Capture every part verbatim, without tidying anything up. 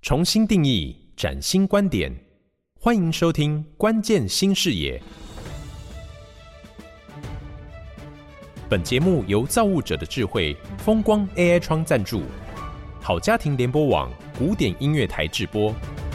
重新定义，崭新观点，欢迎收听《关键新视野》。本节目由造物者的智慧风光 A I 窗赞助，好家庭联播网古典音乐台制播。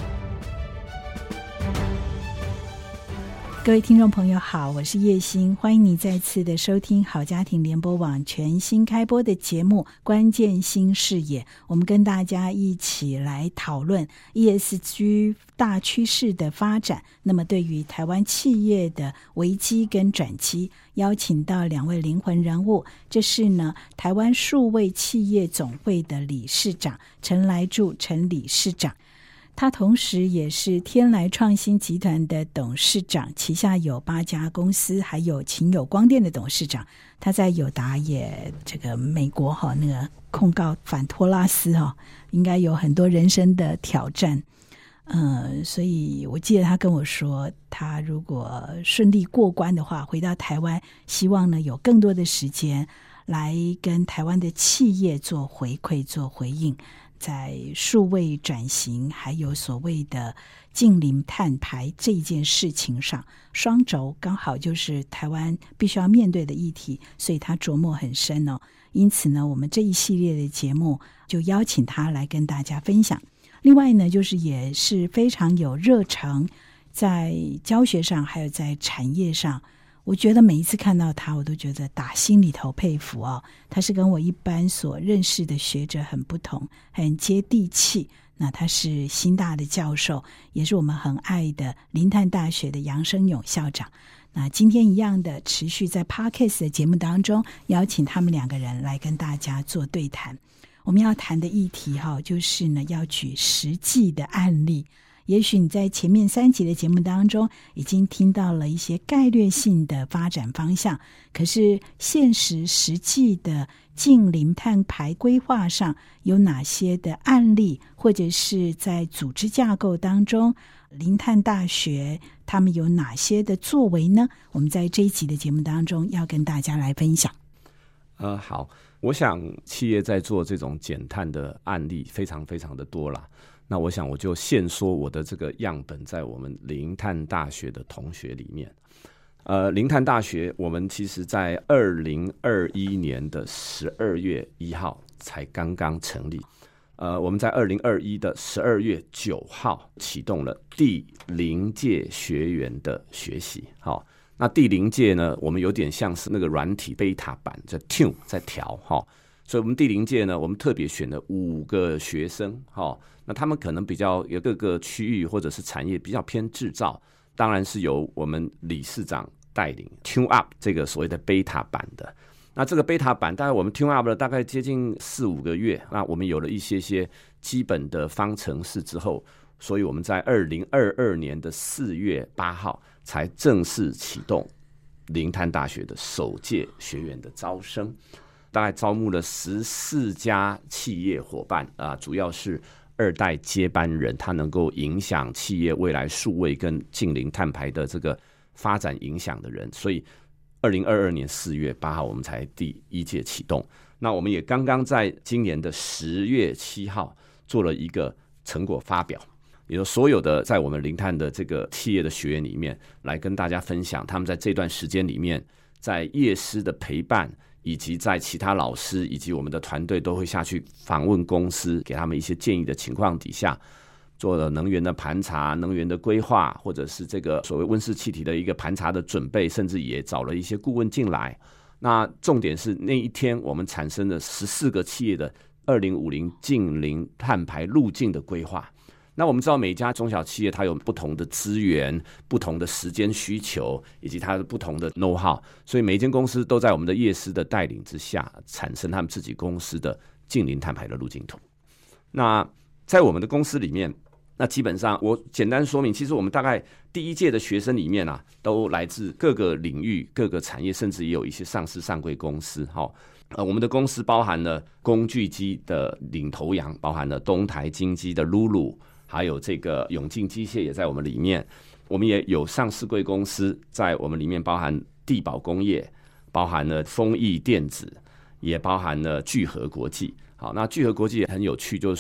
各位听众朋友好，我是叶欣，欢迎你再次的收听好家庭联播网全新开播的节目《关键新视野》，我们跟大家一起来讨论 E S G 大趋势的发展，那么对于台湾企业的危机跟转机，邀请到两位灵魂人物，这是呢台湾数位企业总会的理事长陈来助陈理事长，他同时也是天来创新集团的董事长，旗下有八家公司，还有勤友光电的董事长。他在友达也这个美国哈那个控告反托拉斯哈，应该有很多人生的挑战。呃，所以我记得他跟我说，他如果顺利过关的话，回到台湾，希望呢有更多的时间来跟台湾的企业做回馈、做回应。在数位转型还有所谓的净零碳排这件事情上，双轴刚好就是台湾必须要面对的议题，所以他琢磨很深哦。因此呢，我们这一系列的节目就邀请他来跟大家分享。另外呢，就是也是非常有热诚，在教学上还有在产业上，我觉得每一次看到他，我都觉得打心里头佩服哦。他是跟我一般所认识的学者很不同，很接地气。那他是新大的教授，也是我们很爱的林泰大学的杨生勇校长。那今天一样的持续在 Podcast 的节目当中，邀请他们两个人来跟大家做对谈。我们要谈的议题哈、哦，就是呢要举实际的案例。也许你在前面三集的节目当中已经听到了一些概略性的发展方向，可是现实实际的净零碳排规划上有哪些的案例，或者是在组织架构当中零碳大学他们有哪些的作为呢？我们在这一集的节目当中要跟大家来分享。 呃，好，我想企业在做这种减碳的案例非常非常的多啦。那我想我就先说我的这个样本在我们零碳大学的同学里面。呃，零碳大学我们其实在二零二一年的十二月一号才刚刚成立。呃，我们在二零二一的十二月九号启动了第零届学员的学习。好、哦，那第零届呢，我们有点像是那个软体贝塔版在 tune 在调哈。哦，所以我们第零届呢，我们特别选了五个学生，哦，那他们可能比较有各个区域或者是产业比较偏制造，当然是由我们理事长带领 tune up 这个所谓的贝塔版的。那这个贝塔版大概我们 tune up 了大概接近四五个月，那我们有了一些些基本的方程式之后，所以我们在二零二二年的四月八号才正式启动零碳大学的首届学员的招生。大概招募了十四家企业伙伴啊，主要是二代接班人，他能够影响企业未来数位跟净零碳排的这个发展影响的人，所以二零二二年四月八号我们才第一届启动。那我们也刚刚在今年的十月七号做了一个成果发表，也就是所有的在我们零碳的这个企业的学员里面来跟大家分享他们在这段时间里面在业师的陪伴，以及在其他老师以及我们的团队都会下去访问公司，给他们一些建议的情况底下，做了能源的盘查、能源的规划，或者是这个所谓温室气体的一个盘查的准备，甚至也找了一些顾问进来。那重点是那一天我们产生了十四个企业的二零五零净零碳排路径的规划。那我们知道每一家中小企业它有不同的资源、不同的时间需求，以及它的不同的 know how， 所以每一间公司都在我们的业师的带领之下产生他们自己公司的净零碳排的路径图。那在我们的公司里面，那基本上我简单说明，其实我们大概第一届的学生里面啊，都来自各个领域、各个产业，甚至也有一些上市上柜公司。好，呃，我们的公司包含了工具机的领头羊，包含了东台精机的 Lulu， 还有这个永进机械也在我们里面。我们也有上市柜公司在我们里面，包含地保工业，包含了丰益电子，也包含了聚合国际。好，那聚合国际也很有趣，就是说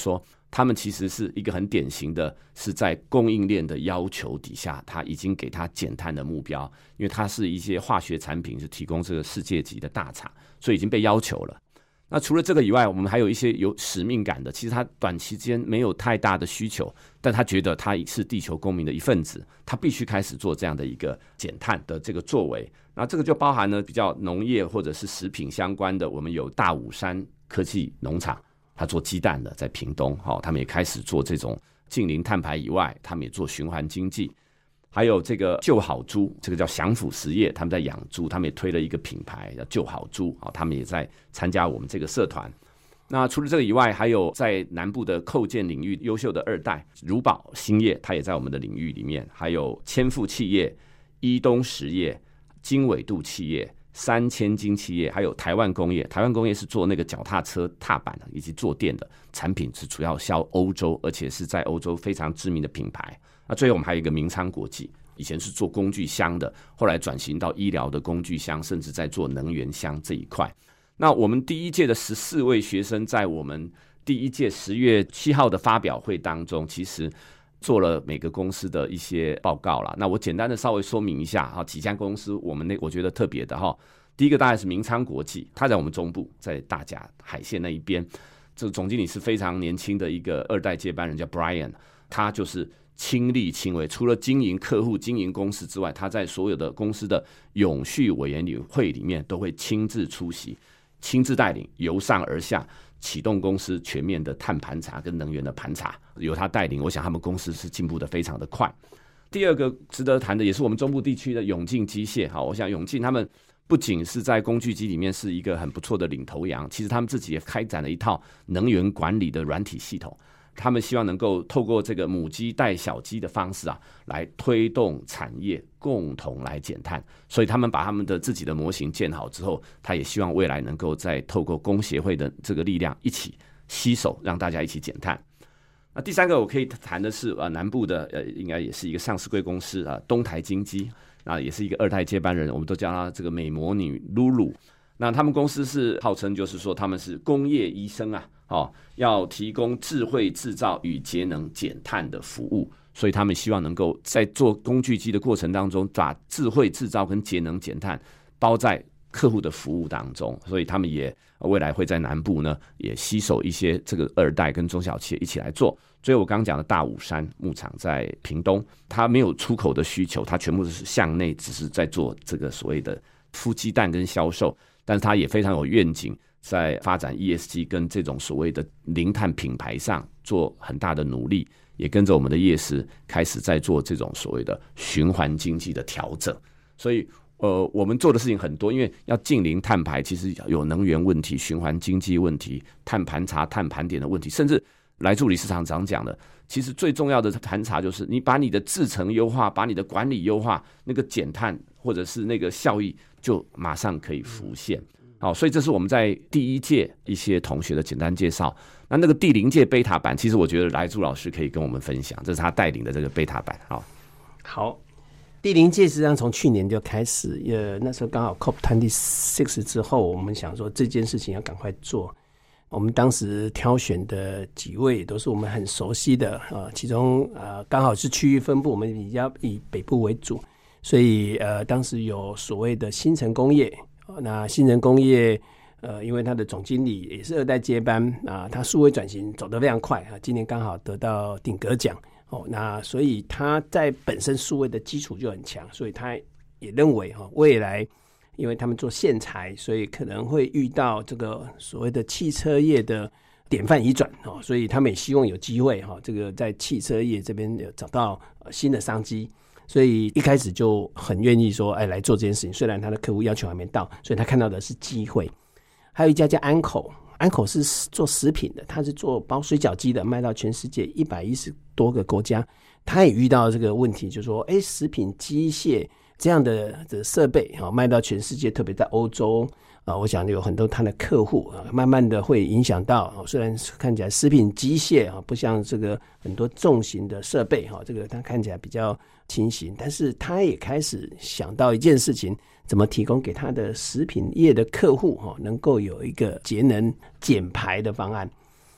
他们其实是一个很典型的，是在供应链的要求底下，他已经给他减碳的目标，因为它是一些化学产品是提供这个世界级的大厂，所以已经被要求了。那除了这个以外，我们还有一些有使命感的，其实他短期间没有太大的需求，但他觉得他是地球公民的一份子，他必须开始做这样的一个减碳的这个作为。那这个就包含了比较农业或者是食品相关的，我们有大武山科技农场，他做鸡蛋的，在屏东，哦，他们也开始做这种近零碳排以外，他们也做循环经济。还有这个就好猪，这个叫祥福实业，他们在养猪，他们也推了一个品牌叫就好猪，哦，他们也在参加我们这个社团。那除了这个以外，还有在南部的扣件领域优秀的二代如宝兴业，它也在我们的领域里面，还有千富企业、伊东实业、经纬度企业、三千金企业，还有台湾工业。台湾工业是做那个脚踏车踏板以及坐垫的产品，是主要销欧洲，而且是在欧洲非常知名的品牌。那最后我们还有一个明昌国际，以前是做工具箱的，后来转型到医疗的工具箱，甚至在做能源箱这一块。那我们第一届的十四位学生，在我们第一届十月七号的发表会当中，其实做了每个公司的一些报告啦。那我简单的稍微说明一下哈，几家公司我们那我觉得特别的哈。第一个大概是明昌国际，它在我们中部，在大甲海线那一边，这个总经理是非常年轻的一个二代接班人，叫 Brian， 他就是亲力亲为，除了经营客户、经营公司之外，他在所有的公司的永续委员会里面都会亲自出席、亲自带领，由上而下启动公司全面的碳盘查跟能源的盘查，由他带领，我想他们公司是进步的非常的快。第二个值得谈的也是我们中部地区的永进机械，好，我想永进他们不仅是在工具机里面是一个很不错的领头羊，其实他们自己也开展了一套能源管理的软体系统。他们希望能够透过这个母鸡带小鸡的方式啊，来推动产业共同来减碳。所以他们把他们的自己的模型建好之后，他也希望未来能够再透过工协会的这个力量一起携手，让大家一起减碳。那第三个我可以谈的是呃南部的呃应该也是一个上市贵公司啊，东台精机，那也是一个二代接班人，我们都叫他这个美魔女露露。那他们公司是号称就是说他们是工业医生啊，哦，要提供智慧制造与节能减碳的服务，所以他们希望能够在做工具机的过程当中，把智慧制造跟节能减碳包在客户的服务当中，所以他们也未来会在南部呢也携手一些这个二代跟中小企业一起来做。所以我刚刚讲的大武山牧场在屏东，它没有出口的需求，它全部是向内，只是在做这个所谓的孵鸡蛋跟销售，但是它也非常有愿景，在发展 E S G 跟这种所谓的零碳品牌上做很大的努力，也跟着我们的业师开始在做这种所谓的循环经济的调整。所以呃，我们做的事情很多，因为要净零碳排，其实有能源问题、循环经济问题、碳盘查、碳盘点的问题，甚至来助理市场长讲的，其实最重要的盘查就是你把你的制程优化，把你的管理优化，那个减碳或者是那个效益就马上可以浮现。好，所以这是我们在第一届一些同学的简单介绍。那那个第零届贝塔版，其实我觉得来朱老师可以跟我们分享，这是他带领的这个贝塔版。好， 好，第零届实际上从去年就开始，呃，那时候刚好 C O P 二十六 之后，我们想说这件事情要赶快做。我们当时挑选的几位都是我们很熟悉的，呃，其中呃刚好是区域分布，我们比较以北部为主，所以呃当时有所谓的新城工业。那新城工业，呃，因为他的总经理也是二代接班啊，他数位转型走得非常快啊，今年刚好得到顶格奖哦，那所以他在本身数位的基础就很强，所以他也认为哈，未来因为他们做线材，所以可能会遇到这个所谓的汽车业的典范移转哦，所以他们也希望有机会哈，这个在汽车业这边有找到新的商机。所以一开始就很愿意说，哎，来做这件事情。虽然他的客户要求还没到，所以他看到的是机会。还有一家叫安口，安口是做食品的，他是做包水饺机的，卖到全世界一百一十多个国家。他也遇到这个问题，就是说，哎，食品机械这样的的设备啊，卖到全世界，特别在欧洲啊，我想有很多他的客户啊，慢慢的会影响到。虽然看起来食品机械啊，不像这个很多重型的设备哈，这个它看起来比较轻型，但是他也开始想到一件事情，怎么提供给他的食品业的客户哈，能够有一个节能减排的方案。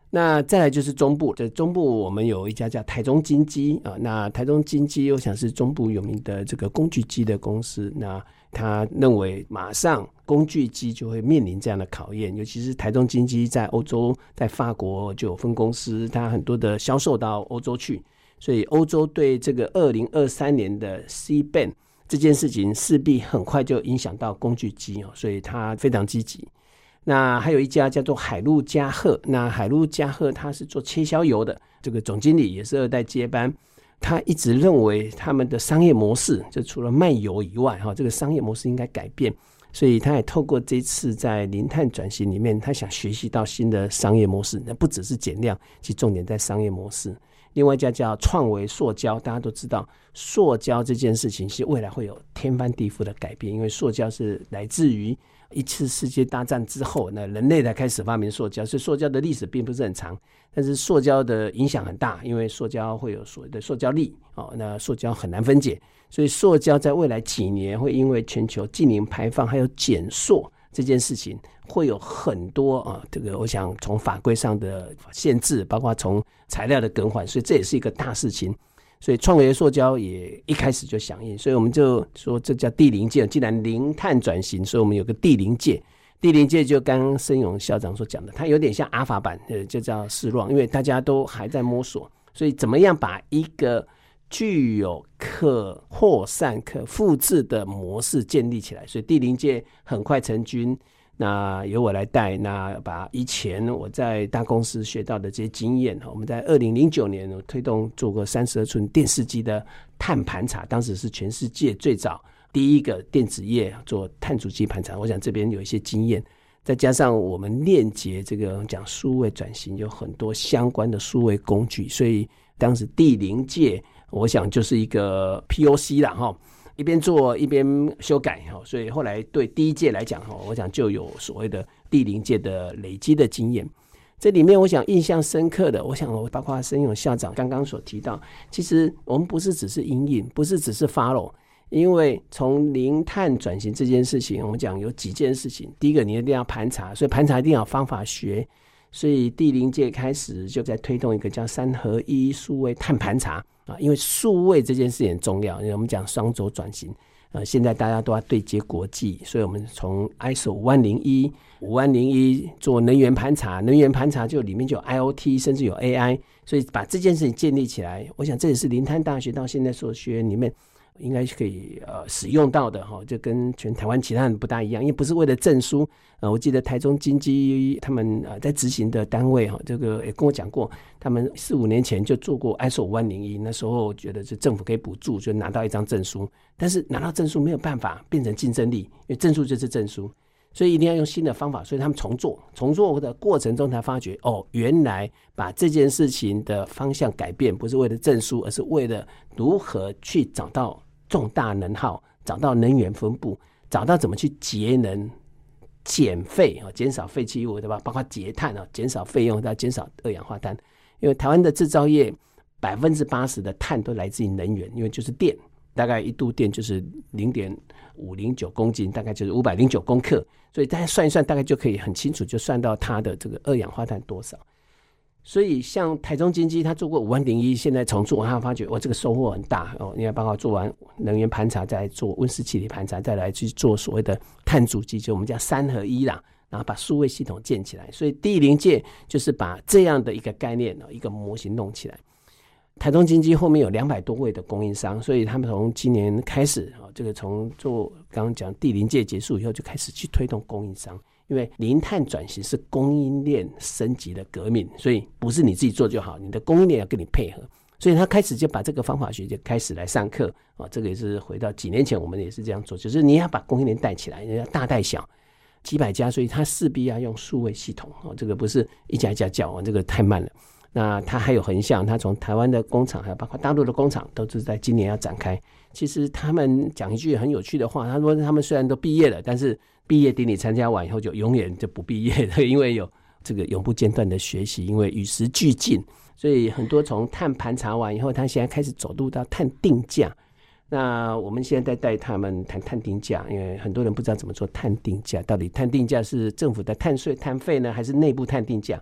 那再来就是中部，在中部我们有一家叫台中精机啊，那台中精机我想是中部有名的这个工具机的公司，那他认为马上工具机就会面临这样的考验，尤其是台中精机在欧洲，在法国就有分公司，它很多的销售到欧洲去，所以欧洲对这个二零二三年的 C band 这件事情势必很快就影响到工具机，所以它非常积极。那还有一家叫做海陆嘉禾，那海陆嘉禾它是做切削油的，这个总经理也是二代接班，他一直认为他们的商业模式就除了卖油以外，这个商业模式应该改变，所以他也透过这次在零碳转型里面，他想学习到新的商业模式，那不只是减量，其实重点在商业模式。另外一家叫创维塑胶，大家都知道塑胶这件事情是未来会有天翻地覆的改变，因为塑胶是来自于一次世界大战之后，那人类才开始发明塑胶，所以塑胶的历史并不是很长，但是塑胶的影响很大，因为塑胶会有所谓的塑胶粒，哦，那塑胶很难分解，所以塑胶在未来几年会因为全球净零排放还有减塑这件事情会有很多啊，这个我想从法规上的限制，包括从材料的更换，所以这也是一个大事情。所以创维塑胶也一开始就响应，所以我们就说这叫第零届，既然零碳转型，所以我们有个第零届。第零届就刚刚申勇校长所讲的，它有点像阿法版，呃，就叫试乱，因为大家都还在摸索，所以怎么样把一个具有可扩散、可复制的模式建立起来，所以第零届很快成军。那由我来带，那把以前我在大公司学到的这些经验，我们在二零零九年推动做过三十二寸电视机的碳盘查，当时是全世界最早第一个电子业做碳足迹盘查，我想这边有一些经验，再加上我们链接这个讲数位转型有很多相关的数位工具，所以当时第零届我想就是一个 P O C 啦齁，一边做一边修改，所以后来对第一届来讲，我想就有所谓的第零届的累积的经验。这里面我想印象深刻的，我想包括申勇校长刚刚所提到，其实我们不是只是因应，不是只是 follow， 因为从零碳转型这件事情，我们讲有几件事情，第一个你一定要盘查，所以盘查一定要有方法学，所以第零届开始就在推动一个叫三合一数位碳盘查啊，因为数位这件事很重要，因为我们讲双轴转型，呃，现在大家都要对接国际，所以我们从 I S O 五万零一、五万零一做能源盘查，能源盘查就里面就有 I O T， 甚至有 A I， 所以把这件事情建立起来，我想这也是林滩大学到现在所学院里面应该是可以呃使用到的哈，就跟全台湾其他人不大一样，因为不是为了证书。呃，我记得台中经济他们呃在执行的单位哈，这个也跟我讲过，他们四五年前就做过 I S O 五万零一，那时候我觉得是政府可以补助，就拿到一张证书，但是拿到证书没有办法变成竞争力，因为证书就是证书，所以一定要用新的方法，所以他们重做，重做的过程中才发觉，哦，原来把这件事情的方向改变，不是为了证书，而是为了如何去找到重大能耗，找到能源分布，找到怎么去节能减废，减少废弃物，对吧？包括节碳，减少费用，到减少二氧化碳。因为台湾的制造业百分之八十的碳都来自于能源，因为就是电，大概一度电就是零点五零九公斤，大概就是五百零九公克，所以大家算一算，大概就可以很清楚，就算到它的这个二氧化碳多少。所以像台中经济他做过五万零一，现在重做，他发觉哇这个收获很大哦，你看包括做完能源盘查，再来做温室气体盘查，再来去做所谓的碳足迹，就我们叫三合一啦，然后把数位系统建起来。所以第零届就是把这样的一个概念一个模型弄起来。台中经济后面有两百多位的供应商，所以他们从今年开始，这个从做刚刚讲第零届结束以后就开始去推动供应商。因为零碳转型是供应链升级的革命，所以不是你自己做就好，你的供应链要跟你配合，所以他开始就把这个方法学就开始来上课啊。这个也是回到几年前我们也是这样做，就是你要把供应链带起来，你要大带小几百家，所以他势必要用数位系统哦，这个不是一家一家叫，这个太慢了。那他还有横向，他从台湾的工厂还有包括大陆的工厂都是在今年要展开。其实他们讲一句很有趣的话，他说他们虽然都毕业了，但是毕业典礼参加完以后就永远就不毕业了，因为有这个永不间断的学习，因为与时俱进，所以很多从碳盘查完以后，他现在开始走入到碳定价。那我们现在在带他们谈碳定价，因为很多人不知道怎么做碳定价，到底碳定价是政府的碳税碳费呢，还是内部碳定价？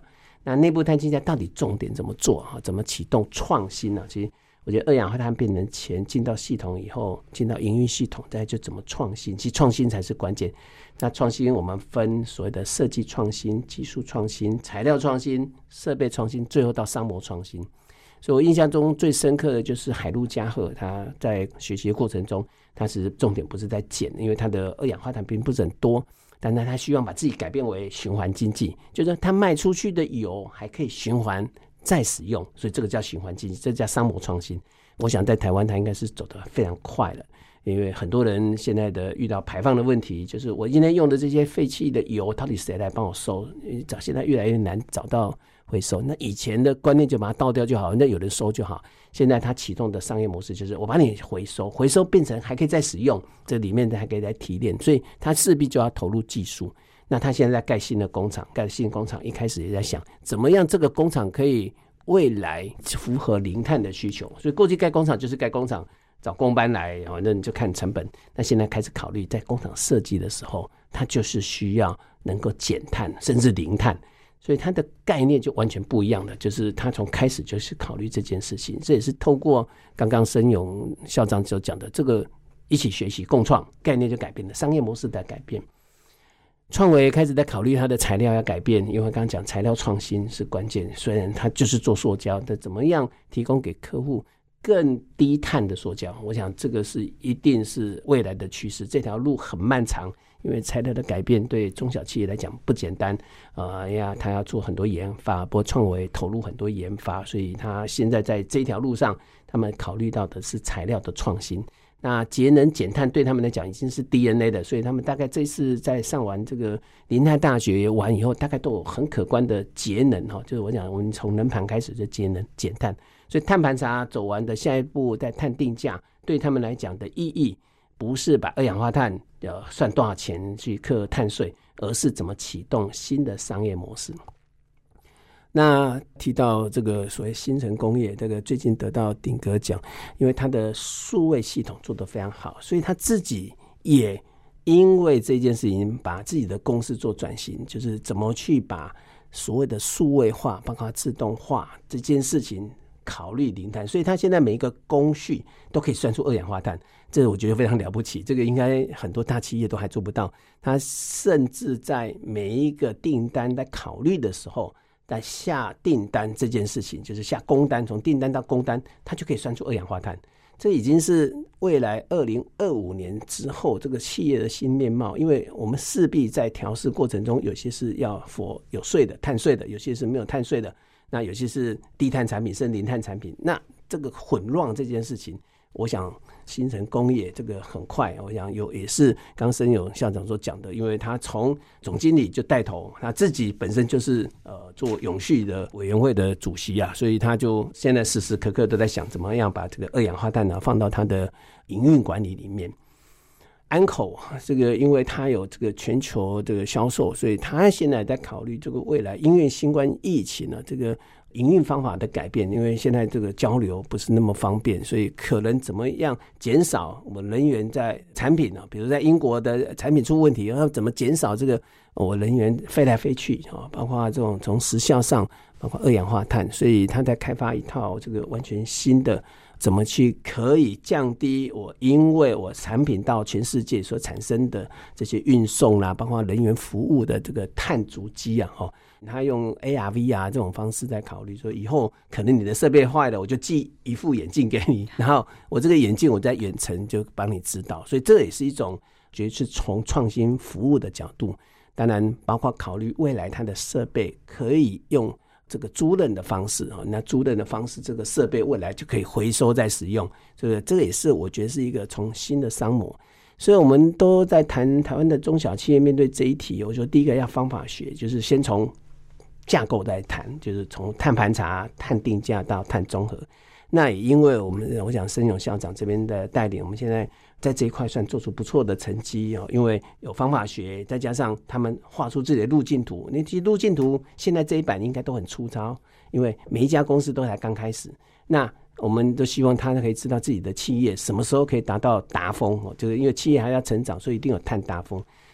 那内部碳竞价到底重点怎么做啊？怎么启动创新呢、啊？其实我觉得二氧化碳变成钱进到系统以后，进到营运系统，再就怎么创新？其实创新才是关键。那创新我们分所谓的设计创新、技术创新、材料创新、设备创新，最后到商模创新。所以我印象中最深刻的就是海陆嘉禾，他在学习的过程中，他是重点不是在减，因为他的二氧化碳并不是很多，但是他希望把自己改变为循环经济，就是他卖出去的油还可以循环再使用，所以这个叫循环经济，这叫商模创新。我想在台湾它应该是走得非常快了，因为很多人现在的遇到排放的问题，就是我今天用的这些废弃的油到底谁来帮我收，找现在越来越难找到回收。那以前的观念就把它倒掉就好，那有人收就好。现在它启动的商业模式就是我把你回收，回收变成还可以再使用，这里面还可以再提炼，所以它势必就要投入技术。那他现在在盖新的工厂，盖新的工厂一开始也在想怎么样这个工厂可以未来符合零碳的需求，所以过去盖工厂就是盖工厂找工班来，那你就看成本。那现在开始考虑在工厂设计的时候，它就是需要能够减碳甚至零碳，所以它的概念就完全不一样了，就是他从开始就是考虑这件事情。这也是透过刚刚申勇校长所讲的这个一起学习共创概念就改变了，商业模式在改变。创维开始在考虑它的材料要改变，因为刚刚讲材料创新是关键，虽然它就是做塑胶，但怎么样提供给客户更低碳的塑胶，我想这个是一定是未来的趋势。这条路很漫长，因为材料的改变对中小企业来讲不简单，呃呀，他要做很多研发，不过创维投入很多研发，所以他现在在这条路上，他们考虑到的是材料的创新。那节能减碳对他们来讲已经是 D N A 的，所以他们大概这次在上完这个林泰大学完以后，大概都有很可观的节能，就是我讲我们从能盘开始就节能减碳，所以碳盘查走完的下一步在碳定价对他们来讲的意义，不是把二氧化碳呃算多少钱去课碳税，而是怎么启动新的商业模式。那提到这个所谓新城工业，这个最近得到顶格奖，因为它的数位系统做得非常好，所以他自己也因为这件事情把自己的公司做转型，就是怎么去把所谓的数位化包括自动化这件事情考虑零碳，所以他现在每一个工序都可以算出二氧化碳，这个我觉得非常了不起，这个应该很多大企业都还做不到。他甚至在每一个订单在考虑的时候，在下订单这件事情，就是下工单，从订单到工单，它就可以算出二氧化碳。这已经是未来二零二五年之后这个企业的新面貌，因为我们势必在调试过程中，有些是要for有税的碳税的，有些是没有碳税的，那有些是低碳产品甚至零碳产品，那这个混乱这件事情，我想新城工业这个很快，我想有也是刚申勇校长所讲的，因为他从总经理就带头，他自己本身就是呃做永续的委员会的主席啊，所以他就现在时时刻刻都在想怎么样把这个二氧化碳呢放到他的营运管理里面。安口这个因为它有这个全球这个销售，所以他现在在考虑这个未来因为新冠疫情呢这个营运方法的改变，因为现在这个交流不是那么方便，所以可能怎么样减少我们人员在产品呢，比如在英国的产品出问题，要怎么减少这个我人员飞来飞去，包括这种从时效上包括二氧化碳，所以他在开发一套这个完全新的怎么去可以降低我因为我产品到全世界所产生的这些运送啦，包括人员服务的这个碳足迹啊，他用 A R V R 这种方式在考虑说，以后可能你的设备坏了，我就寄一副眼镜给你，然后我这个眼镜我在远程就帮你指导，所以这也是一种觉得是从创新服务的角度，当然包括考虑未来它的设备可以用这个租赁的方式，那租赁的方式这个设备未来就可以回收再使用，这个这个也是我觉得是一个从新的商模。所以我们都在谈台湾的中小企业面对这一题，我说第一个要方法学，就是先从架构来谈，就是从碳盘查、碳定价到碳综合。那也因为我们我想申勇校长这边的带领，我们现在在这一块算做出不错的成绩，因为有方法学，再加上他们画出自己的路径图。那其实路径图现在这一版应该都很粗糙，因为每一家公司都才刚开始。那我们都希望他可以知道自己的企业什么时候可以达到达峰，就是因为企业还要成长，所以一定有碳达峰。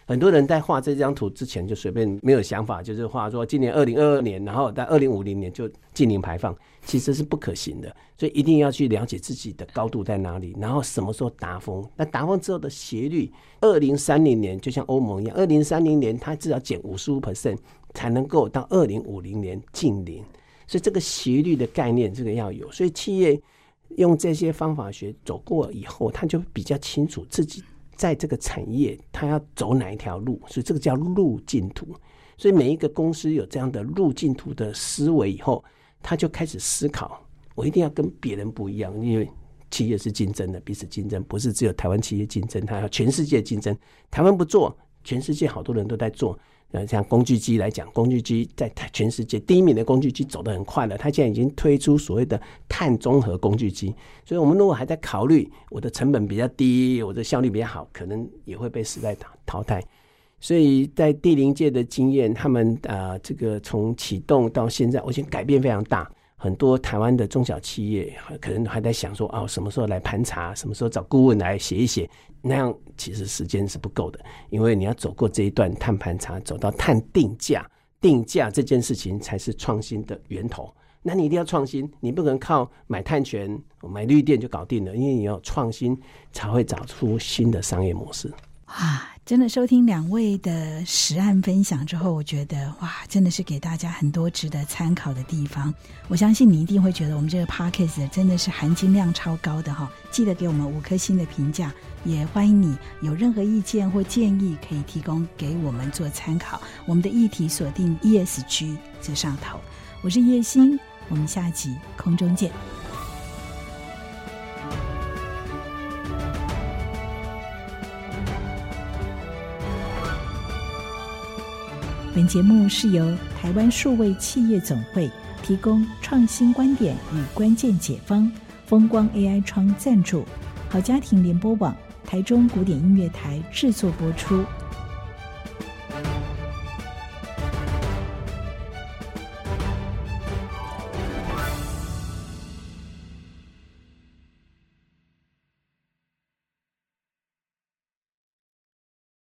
很多人在画这张图之前就随便没有想法，就是画说今年二零二二年，然后在二零五零年就净零排放，其实是不可行的。所以一定要去了解自己的高度在哪里，然后什么时候达峰。那达峰之后的斜率，二零三零年就像欧盟一样，二零三零年它至少减 百分之五十五 才能够到二零五零年净零。所以这个斜率的概念这个要有，所以企业用这些方法学走过以后，他就比较清楚自己在这个产业他要走哪一条路，所以这个叫路径图。所以每一个公司有这样的路径图的思维以后，他就开始思考，我一定要跟别人不一样，因为企业是竞争的，彼此竞争，不是只有台湾企业竞争，它要全世界竞争。台湾不做，全世界好多人都在做。呃，像工具机来讲，工具机在全世界第一名的工具机走得很快了，它现在已经推出所谓的碳中和工具机。所以我们如果还在考虑我的成本比较低，我的效率比较好，可能也会被时代淘汰。所以在第零届的经验，他们呃这个从启动到现在，我觉得改变非常大。很多台湾的中小企业可能还在想说，哦，什么时候来盘查，什么时候找顾问来写一写，那样其实时间是不够的，因为你要走过这一段碳盘查，走到碳定价，定价这件事情才是创新的源头。那你一定要创新，你不可能靠买碳权、买绿电就搞定了，因为你要创新才会找出新的商业模式。 啊，真的收听两位的实案分享之后，我觉得哇，真的是给大家很多值得参考的地方。我相信你一定会觉得我们这个 podcast 真的是含金量超高的哈，记得给我们五颗星的评价，也欢迎你有任何意见或建议可以提供给我们做参考。我们的议题锁定 E S G 这上头。我是叶欣，我们下集空中见。本节目是由台湾数位企业总会提供创新观点与关键解方，风光 A I 窗赞助，好家庭联播网台中古典音乐台制作播出。